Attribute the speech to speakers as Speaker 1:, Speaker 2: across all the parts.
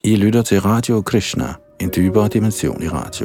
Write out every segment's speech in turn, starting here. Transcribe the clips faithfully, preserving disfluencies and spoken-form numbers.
Speaker 1: I lytter til Radio Krishna, en dybere dimension i radio.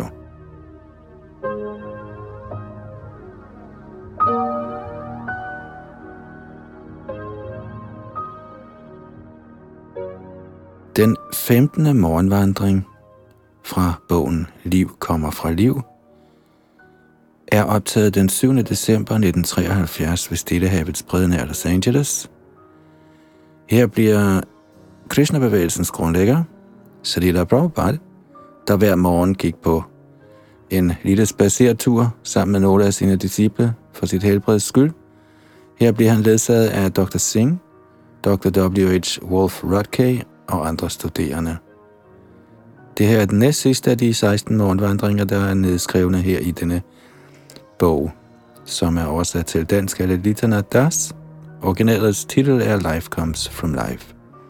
Speaker 1: Den femtende morgenvandring fra bogen Liv kommer fra liv er optaget den syvende december nitten treoghalvfjerds ved Stillehavets bred nær Los Angeles. Her bliver Krishna-bevægelsens grundlægger, Srila Prabhupada, der hver morgen gik på en lille spacertur sammen med nogle af sine disciple for sit helbreds skyld. Her bliver han ledsaget af doktor Singh, doktor W H Wolf Rodkay og andre studerende. Det her er den næst sidste af de seksten morgenvandringer, der er nedskrevne her i denne bog, som er oversat til dansk af Lalitana Das. Originalets titel er Life Comes from Life.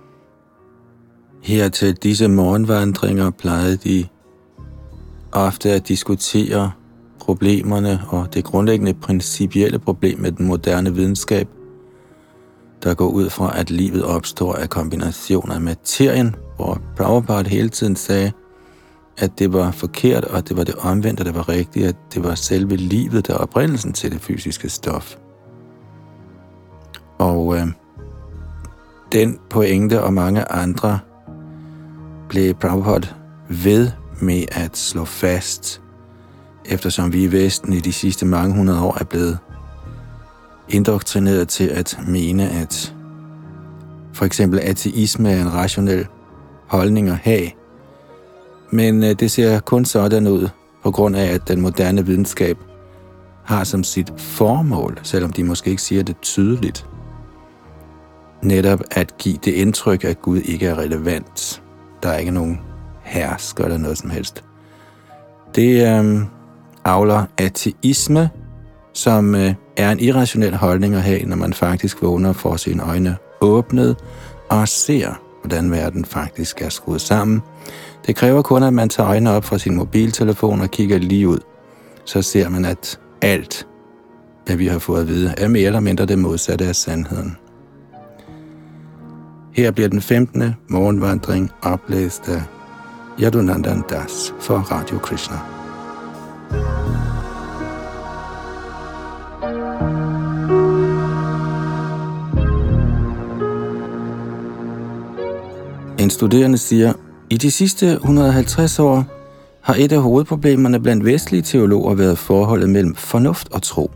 Speaker 1: Her til disse morgenvandringer plejede de ofte at diskutere problemerne og det grundlæggende principielle problem med den moderne videnskab, der går ud fra, at livet opstår af kombinationer af materien, hvor Prabhupada hele tiden sagde, at det var forkert, og at det var det omvendte, der var rigtigt, at det var selve livet, der er oprindelsen til det fysiske stof. Og øh, den pointe og mange andre blev Prabhupada ved med at slå fast, eftersom vi i Vesten i de sidste mange hundrede år er blevet indoktrineret til at mene, at for eksempel ateisme er en rationel holdning at have. Men øh, det ser kun sådan ud, på grund af, at den moderne videnskab har som sit formål, selvom de måske ikke siger det tydeligt, netop at give det indtryk, at Gud ikke er relevant. Der er ikke nogen hersker eller noget som helst. Det øh, avler ateisme, som øh, er en irrationel holdning at have, når man faktisk vågner for sine øjne åbnet og ser, hvordan verden faktisk er skruet sammen. Det kræver kun, at man tager øjnene op fra sin mobiltelefon og kigger lige ud. Så ser man, at alt, hvad vi har fået at vide, er mere eller mindre det modsatte af sandheden. Her bliver den femtende morgenvandring oplæst af Yadunandan Das for Radio Krishna. En studerende siger, i de sidste et hundrede og halvtreds år har et af hovedproblemerne blandt vestlige teologer været forholdet mellem fornuft og tro.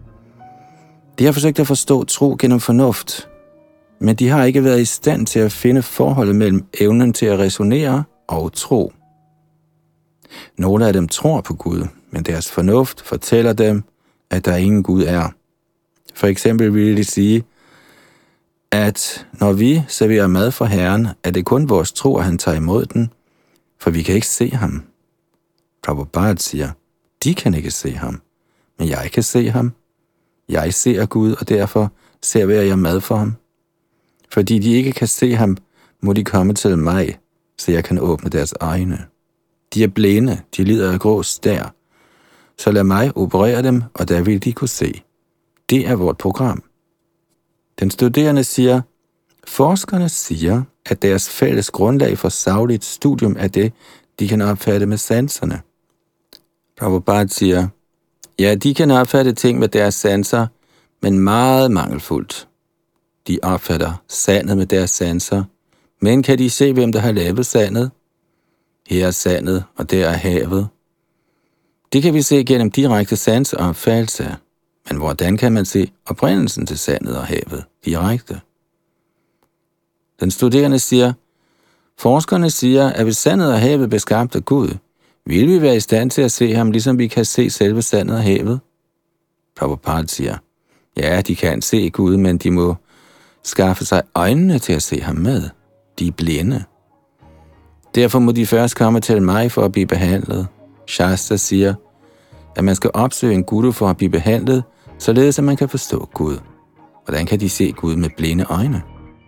Speaker 1: De har forsøgt at forstå tro gennem fornuft, men de har ikke været i stand til at finde forholdet mellem evnen til at ræsonere og tro. Nogle af dem tror på Gud, men deres fornuft fortæller dem, at der ingen Gud er. For eksempel vil de sige, at når vi serverer mad for Herren, er det kun vores tro, at han tager imod den, for vi kan ikke se ham. Prabhupada siger, de kan ikke se ham, men jeg kan se ham. Jeg ser Gud, og derfor serverer jeg mad for ham. Fordi de ikke kan se ham, må de komme til mig, så jeg kan åbne deres øjne. De er blinde, de lider af grå stær. Så lad mig operere dem, og der vil de kunne se. Det er vort program. Den studerende siger, forskerne siger, at deres fælles grundlag for sagligt studium er det, de kan opfatte med sanserne. Prabhupada siger, ja, de kan opfatte ting med deres sanser, men meget mangelfuldt. De opfatter sandet med deres sanser, men kan de se, hvem der har lavet sandet? Her er sandet, og der er havet. Det kan vi se gennem direkte sanseopfattelse. Men hvordan kan man se oprindelsen til sandet og havet direkte? Den studerende siger, forskerne siger, at hvis sandet og havet blev skabt af Gud, vil vi være i stand til at se ham, ligesom vi kan se selve sandet og havet? Prabhupada siger, ja, de kan se Gud, men de må skaffe sig øjnene til at se ham med. De er blinde. Derfor må de først komme til mig for at blive behandlet. Shastra siger, at man skal opsøge en guru for at blive behandlet, således at man kan forstå Gud. Hvordan kan de se Gud med blinde øjne?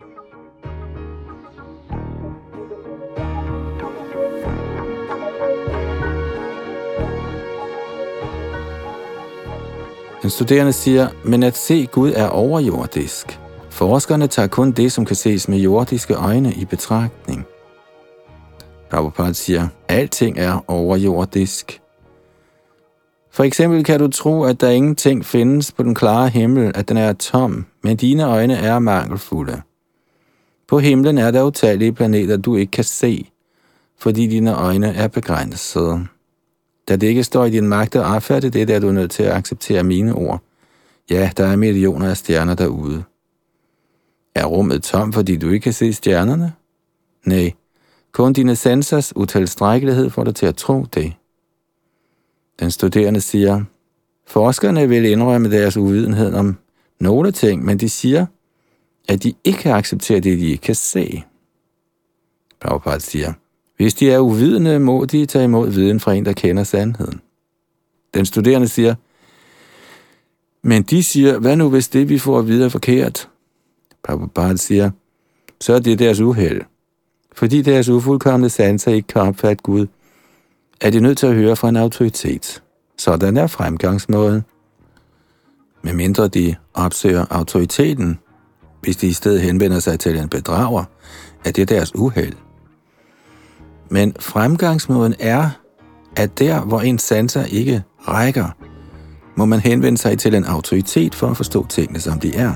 Speaker 1: En studerende siger, men at se Gud er overjordisk. Forskerne tager kun det, som kan ses med jordiske øjne i betragtning. Prabhupada siger, alting er overjordisk. For eksempel kan du tro, at der ingenting findes på den klare himmel, at den er tom, men dine øjne er mangelfulde. På himlen er der utallige planeter, du ikke kan se, fordi dine øjne er begrænsede. Da det ikke står i din magt at opfatte det, der er du nødt til at acceptere mine ord. Ja, der er millioner af stjerner derude. Er rummet tom, fordi du ikke kan se stjernerne? Nej, kun dine sansers utilstrækkelighed får dig til at tro det. Den studerende siger, forskerne vil indrømme deres uvidenhed om nogle ting, men de siger, at de ikke kan acceptere det, de ikke kan se. Prabhupada siger, hvis de er uvidende, må de tage imod viden fra en, der kender sandheden. Den studerende siger, men de siger, hvad nu hvis det, vi får at vide, er forkert? Prabhupada siger, så er det deres uheld. Fordi deres ufuldkomne sanser ikke kan opfatte Gud, er de nødt til at høre fra en autoritet. Sådan er fremgangsmåden. Med mindre de opsøger autoriteten, hvis de i stedet henvender sig til en bedrager, er det deres uheld. Men fremgangsmåden er, at der, hvor en sanser ikke rækker, må man henvende sig til en autoritet for at forstå tingene, som de er.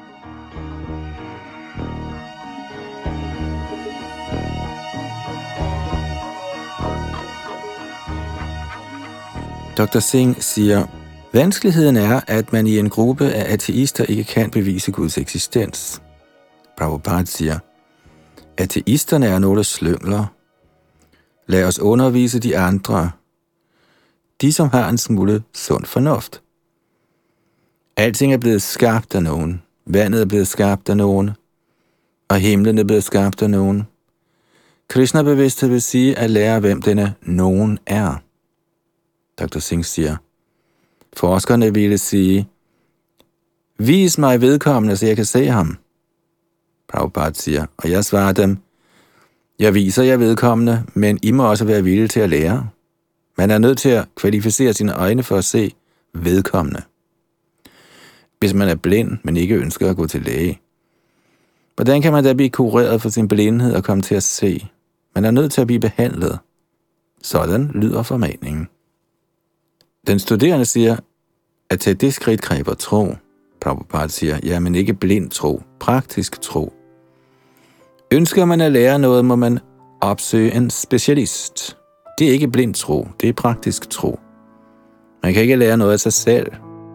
Speaker 1: doktor Singh siger, vanskeligheden er, at man i en gruppe af ateister ikke kan bevise Guds eksistens. Prabhupada siger, ateisterne er nogle slyngler. Lad os undervise de andre, de som har en smule sund fornuft. Alting er blevet skabt af nogen. Vandet er blevet skabt af nogen. Og himlen er blevet skabt af nogen. Krishna-bevidsthed vil sige at lære, hvem denne nogen er. doktor Singh siger, forskerne ville sige, vis mig vedkommende, så jeg kan se ham. Prabhupada siger, og jeg svarer dem, jeg viser jer vedkommende, men I må også være villige til at lære. Man er nødt til at kvalificere sine øjne for at se vedkommende. Hvis man er blind, men ikke ønsker at gå til læge, hvordan kan man da blive kureret for sin blindhed og komme til at se? Man er nødt til at blive behandlet. Sådan lyder formaningen. Den studerende siger, at til det skridt kræver tro. Prabhupada siger, ja, men ikke blind tro, praktisk tro. Ønsker man at lære noget, må man opsøge en specialist. Det er ikke blind tro, det er praktisk tro. Man kan ikke lære noget af sig selv.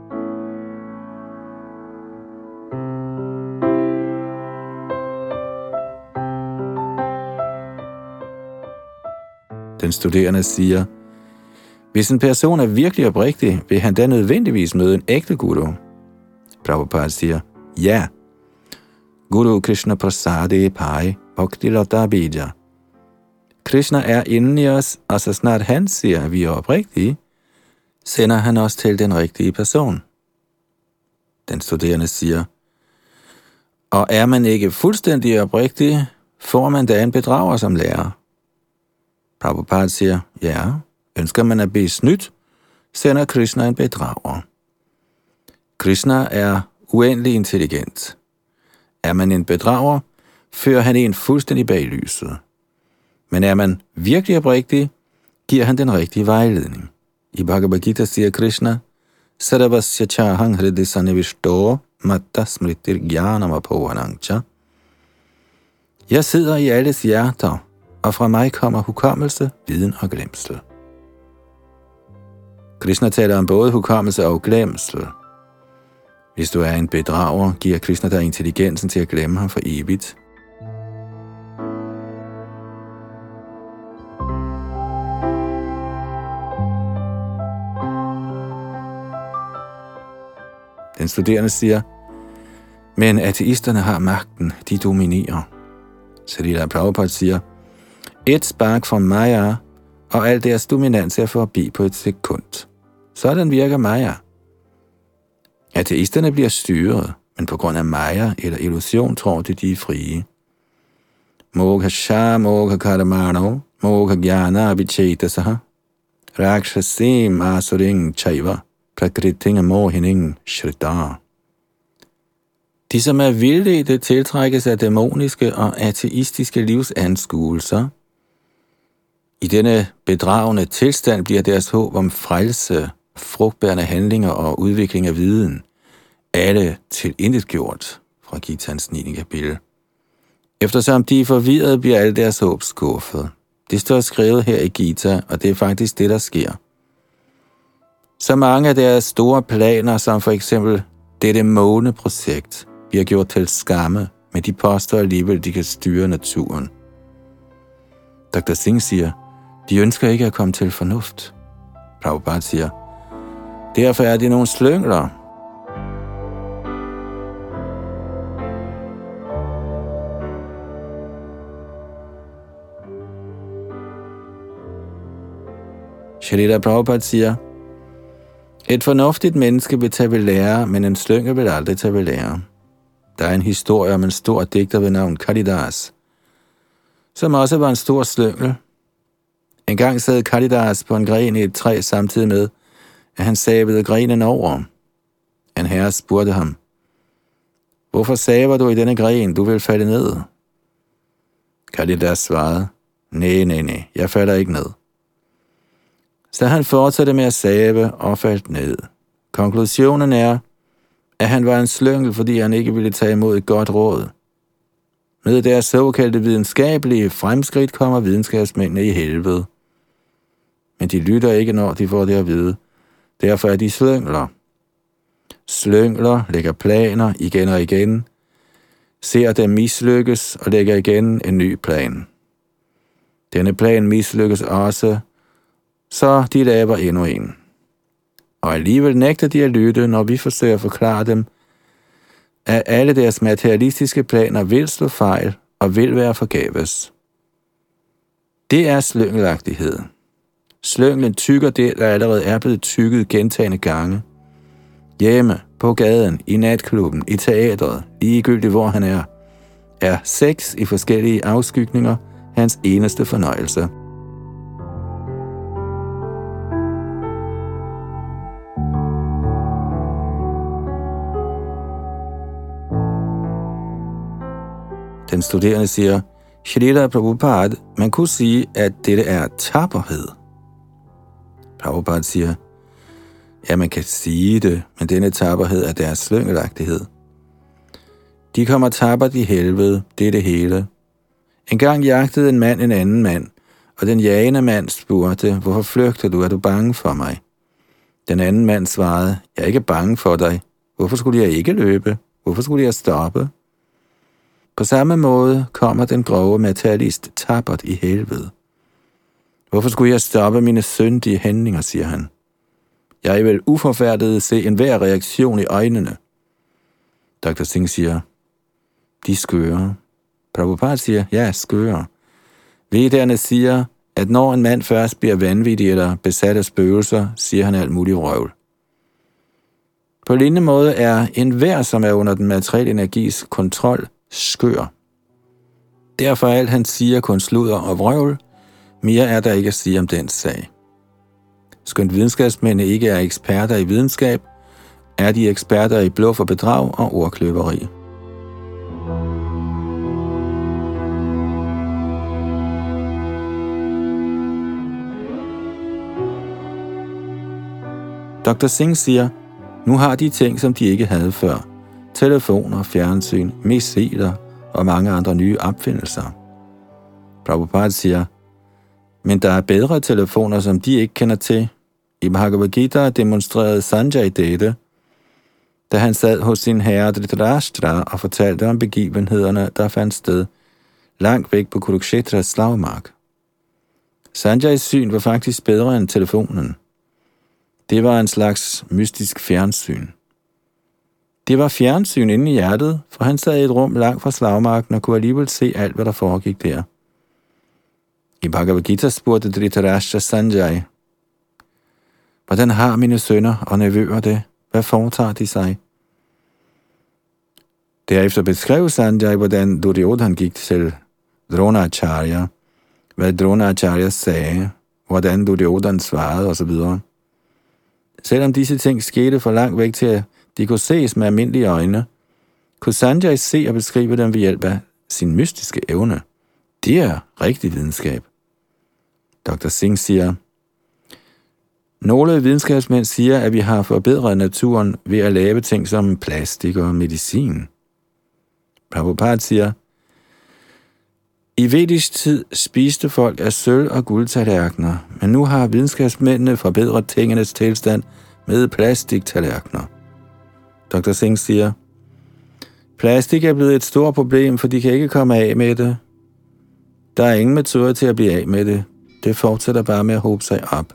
Speaker 1: Den studerende siger, hvis en person er virkelig oprigtig, vil han da nødvendigvis møde en ægte guru. Prabhupada siger, ja. Guru Krishna Prasade Pai Bhakti Lata Bija. Krishna er inde i os, og så snart han siger, at vi er oprigtige, sender han os til den rigtige person. Den studerende siger, og er man ikke fuldstændig oprigtig, får man da en bedrager som lærer. Prabhupada siger, ja, ønsker man at blive snydt, sender Krishna en bedrager. Krishna er uendelig intelligent. Er man en bedrager, fører han en fuldstændig bag lyset. Men er man virkelig oprigtig, giver han den rigtige vejledning. I Bhagavad Gita siger Krishna, Sarvasya chahang hridisanivisto matta smritir jnanamapohanangcha. Jeg sidder i alles hjerter, og fra mig kommer hukommelse, viden og glemsel. Krishna taler om både hukommelse og glemsel. Hvis du er en bedrager, giver Krishna dig intelligensen til at glemme ham for evigt. Den studerende siger, men ateisterne har magten, de dominerer. Srila Prabhupada siger, et spark fra Maya, og al deres dominans er forbi på et sekund. Sådan virker Maya. Ateisterne bliver styret, men på grund af Maya eller illusion tror de, de er frie. Mogha sha mogha karamano, mogha jnana vichetasaha, rakshasim asuring chaiva, prakritinga mohining shrita. De, som er vildledte, tiltrækkes af dæmoniske og ateistiske livsanskuelser, I denne bedragende tilstand bliver deres håb om frelse, frugtbærende handlinger og udvikling af viden alle tilintetgjort fra Gitans niende kapitel. Eftersom de er forvirret, bliver alle deres håb skuffet. Det står skrevet her i Gita, og det er faktisk det, der sker. Så mange af deres store planer, som for eksempel dette måneprojekt, bliver gjort til skamme, men de påstår alligevel, de kan styre naturen. doktor Singh siger, de ønsker ikke at komme til fornuft. Prabhupada siger, derfor er de nogle slyngler. Shrila Prabhupada siger, et fornuftigt menneske vil tage ved lære, men en slyngel vil aldrig tage ved lære. Der er en historie om en stor digter ved navn Kalidas, som også var en stor slyngel. En gang sad Kalidas på en gren i et træ samtidig med, at han savede grenen over. En herre spurgte ham, hvorfor saver du i denne gren, du vil falde ned? Kalidas svarede, nej, nej, nej, jeg falder ikke ned. Så han fortsatte med at save og faldt ned. Konklusionen er, at han var en slyngel, fordi han ikke ville tage imod et godt råd. Med deres såkaldte videnskabelige fremskridt kommer videnskabsmændene i helvede. Men de lytter ikke, når de får det at vide. Derfor er de slyngler. Slyngler lægger planer igen og igen, ser dem mislykkes og lægger igen en ny plan. Denne plan mislykkes også, så de laver endnu en. Og alligevel nægter de at lytte, når vi forsøger at forklare dem, at alle deres materialistiske planer vil slå fejl og vil være forgæves. Det er slyngelagtighed. Slynglen tykker det, der allerede er blevet tykket gentagne gange. Hjemme, på gaden, i natklubben, i teatret, ligegyldigt hvor han er, er sex i forskellige afskygninger hans eneste fornøjelse. Den studerende siger, Shrila Prabhupada, man kunne sige, at dette er tapperhed. Prabhupada siger, ja, man kan sige det, men denne tapperhed er deres slyngelagtighed. De kommer tappert i helvede, det er det hele. En gang jagtede en mand en anden mand, og den jagende mand spurgte, hvorfor flygter du, er du bange for mig? Den anden mand svarede, jeg er ikke bange for dig. Hvorfor skulle jeg ikke løbe? Hvorfor skulle jeg stoppe? På samme måde kommer den grove materialist tappert i helvede. Hvorfor skulle jeg stoppe mine syndige handlinger, siger han. Jeg vil uforfærdet se enhver reaktion i øjnene. doktor Singh siger, de skøre. Prabhupada siger, ja, skøre. Vedderne siger, at når en mand først bliver vanvittig eller besat af spøgelser, siger han alt muligt vrøvl. På lignende måde er enhver, som er under den materielle energis kontrol, skør. Derfor er alt han siger kun sludder og vrøvl. Mere er der ikke at sige om den sag. Skønt videnskabsmændene ikke er eksperter i videnskab, er de eksperter i bluff og bedrag og ordkløveri. doktor Singh siger, nu har de ting, som de ikke havde før. Telefoner, fjernsyn, missiler og mange andre nye opfindelser. Prabhupada siger, men der er bedre telefoner, som de ikke kender til. I Bhagavad Gita demonstrerede Sanjay dette, da han sad hos sin herre Dhritarashtra og fortalte om begivenhederne, der fandt sted langt væk på Kuruksetras slagmark. Sanjays syn var faktisk bedre end telefonen. Det var en slags mystisk fjernsyn. Det var fjernsyn inde i hjertet, for han sad i et rum langt fra slagmarken og kunne alligevel se alt, hvad der foregik der. I Bhagavad Gita spurgte Dhritarashtra Sanjay, hvordan har mine sønner og nevøer det? Hvad foretager de sig? Derefter beskrev Sanjay, hvordan Duryodhan gik til Dronacharya, hvad Dronacharya sagde, hvordan Duryodhan svarede osv. Selvom disse ting skete for langt væk til, at de kunne ses med almindelige øjne, kunne Sanjay se og beskrive dem ved hjælp af sin mystiske evne. Det er rigtig videnskab. doktor Singh siger, nogle videnskabsmænd siger, at vi har forbedret naturen ved at lave ting som plastik og medicin. Prabhupada siger, i vedisk tid spiste folk af sølv- og guldtallerkener, men nu har videnskabsmændene forbedret tingenes tilstand med plastiktallerkener. doktor Singh siger, plastik er blevet et stort problem, for de kan ikke komme af med det. Der er ingen metode til at blive af med det. Det fortsætter bare med at hobe sig op.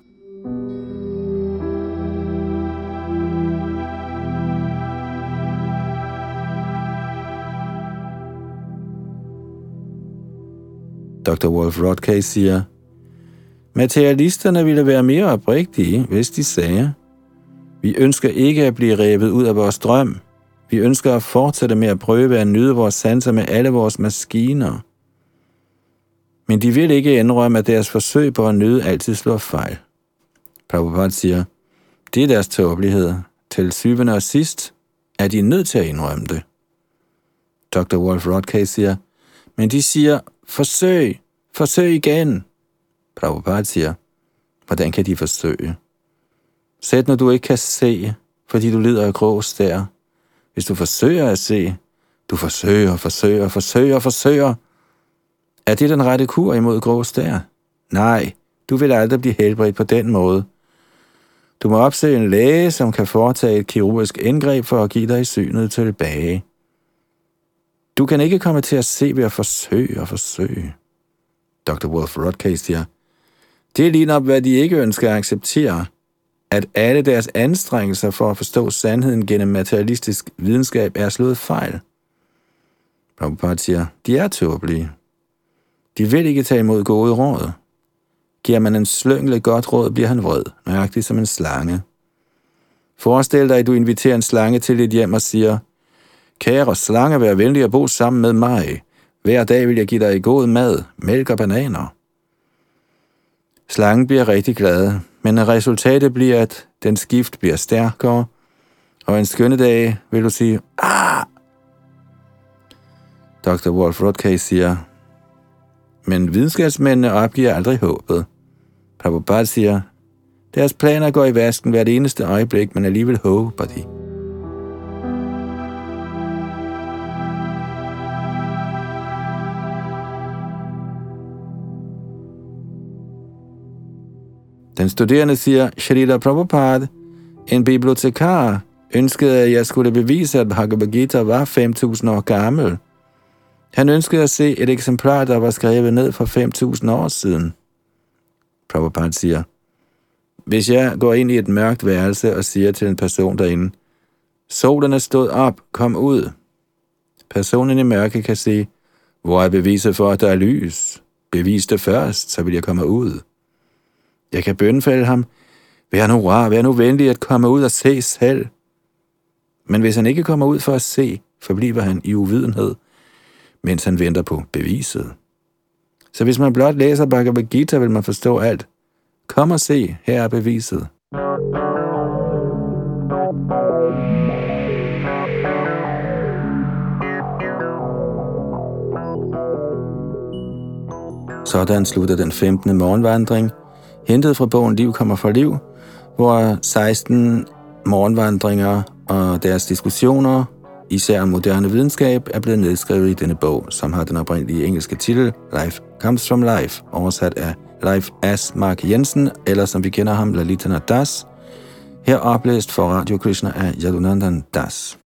Speaker 1: doktor Wolf Rodkay siger, materialisterne ville være mere oprigtige, hvis de sagde, vi ønsker ikke at blive revet ud af vores drøm. Vi ønsker at fortsætte med at prøve at nyde vores sanser med alle vores maskiner. Men de vil ikke indrømme, at deres forsøg på at nyde altid slår fejl. Prabhupada siger, det er deres tåbelighed. Til syvende og sidst er de nødt til at indrømme det. doktor Wolf Rodkay siger, men de siger, forsøg, forsøg igen. Prabhupada siger, hvordan kan de forsøge? Sæt når du ikke kan se, fordi du lider af grå stær. Hvis du forsøger at se, du forsøger, forsøger, forsøger, forsøger. Er det den rette kur imod grå stær? Nej, du vil aldrig blive helbredt på den måde. Du må opsøge en læge, som kan foretage et kirurgisk indgreb for at give dig synet tilbage. Du kan ikke komme til at se ved at forsøge og forsøge. doktor Wolf Rodkay siger, det er lige op, hvad de ikke ønsker at acceptere, at alle deres anstrengelser for at forstå sandheden gennem materialistisk videnskab er slået fejl. Prabhupada siger, de er tåbelige. De vil ikke tage imod gode råd. Giver man en slyngel godt råd, bliver han vred, nøjagtigt som en slange. Forestil dig, at du inviterer en slange til dit hjem og siger, kære slange, vær venlig at bo sammen med mig. Hver dag vil jeg give dig god mad, mælk og bananer. Slangen bliver rigtig glad, men resultatet bliver, at den skift bliver stærkere, og en skønne dag vil du sige, ah! doktor Wolf Rodkay siger, men videnskabsmændene opgiver aldrig håbet. Prabhupada siger, deres planer går i vasken hvert eneste øjeblik, men alligevel håber de. Den studerende siger, Shrila Prabhupada, en bibliotekar, ønskede, at jeg skulle bevise, at Bhagavad Gita var fem tusind år gammel. Han ønskede at se et eksemplar, der var skrevet ned for fem tusind år siden. Prabhupada siger, hvis jeg går ind i et mørkt værelse og siger til en person derinde, solen er stået op, kom ud. Personen i mørke kan sige, hvor er beviset for, at der er lys? Bevis det først, så vil jeg komme ud. Jeg kan bønfalde ham, vær nu rar, vær nu venlig at komme ud og se selv. Men hvis han ikke kommer ud for at se, forbliver han i uvidenhed, mens han venter på beviset. Så hvis man blot læser Bhagavad Gita, vil man forstå alt. Kom og se, her er beviset. Sådan slutter den femtende morgenvandring, hentet fra bogen Liv kommer fra liv, hvor seksten morgenvandringer og deres diskussioner, især om moderne videnskab, er blevet nedskrevet i denne bog, som har den oprindelige engelske titel Life Comes from Life, oversat af Leif S. Mark Jensen, eller som vi kender ham, Lalitana Das, her oplæst for Radio Krishna af Yadunandan Das.